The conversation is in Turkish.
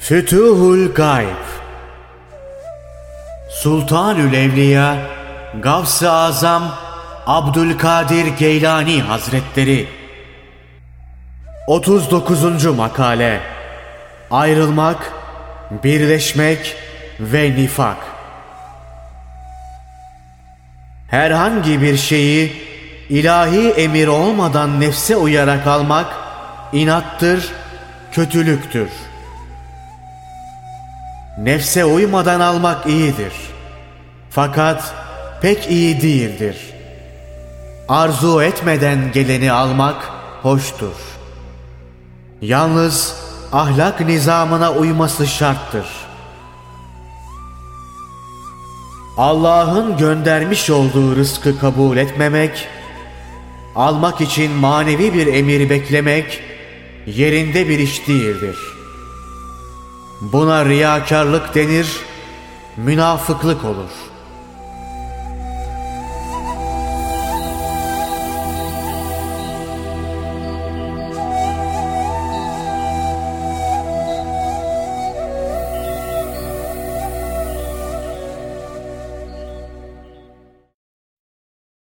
Fütuhul Gayb. Sultanül Evliya Gavs-ı Azam Abdülkadir Geylani Hazretleri. 39. makale. Ayrılmak, birleşmek ve nifak. Herhangi bir şeyi ilahi emir olmadan nefse uyarak almak inattır, kötülüktür. Nefse uymadan almak iyidir. Fakat pek iyi değildir. Arzu etmeden geleni almak hoştur. Yalnız ahlak nizamına uyması şarttır. Allah'ın göndermiş olduğu rızkı kabul etmemek, almak için manevi bir emir beklemek yerinde bir iş değildir. Buna riyakarlık denir, münafıklık olur.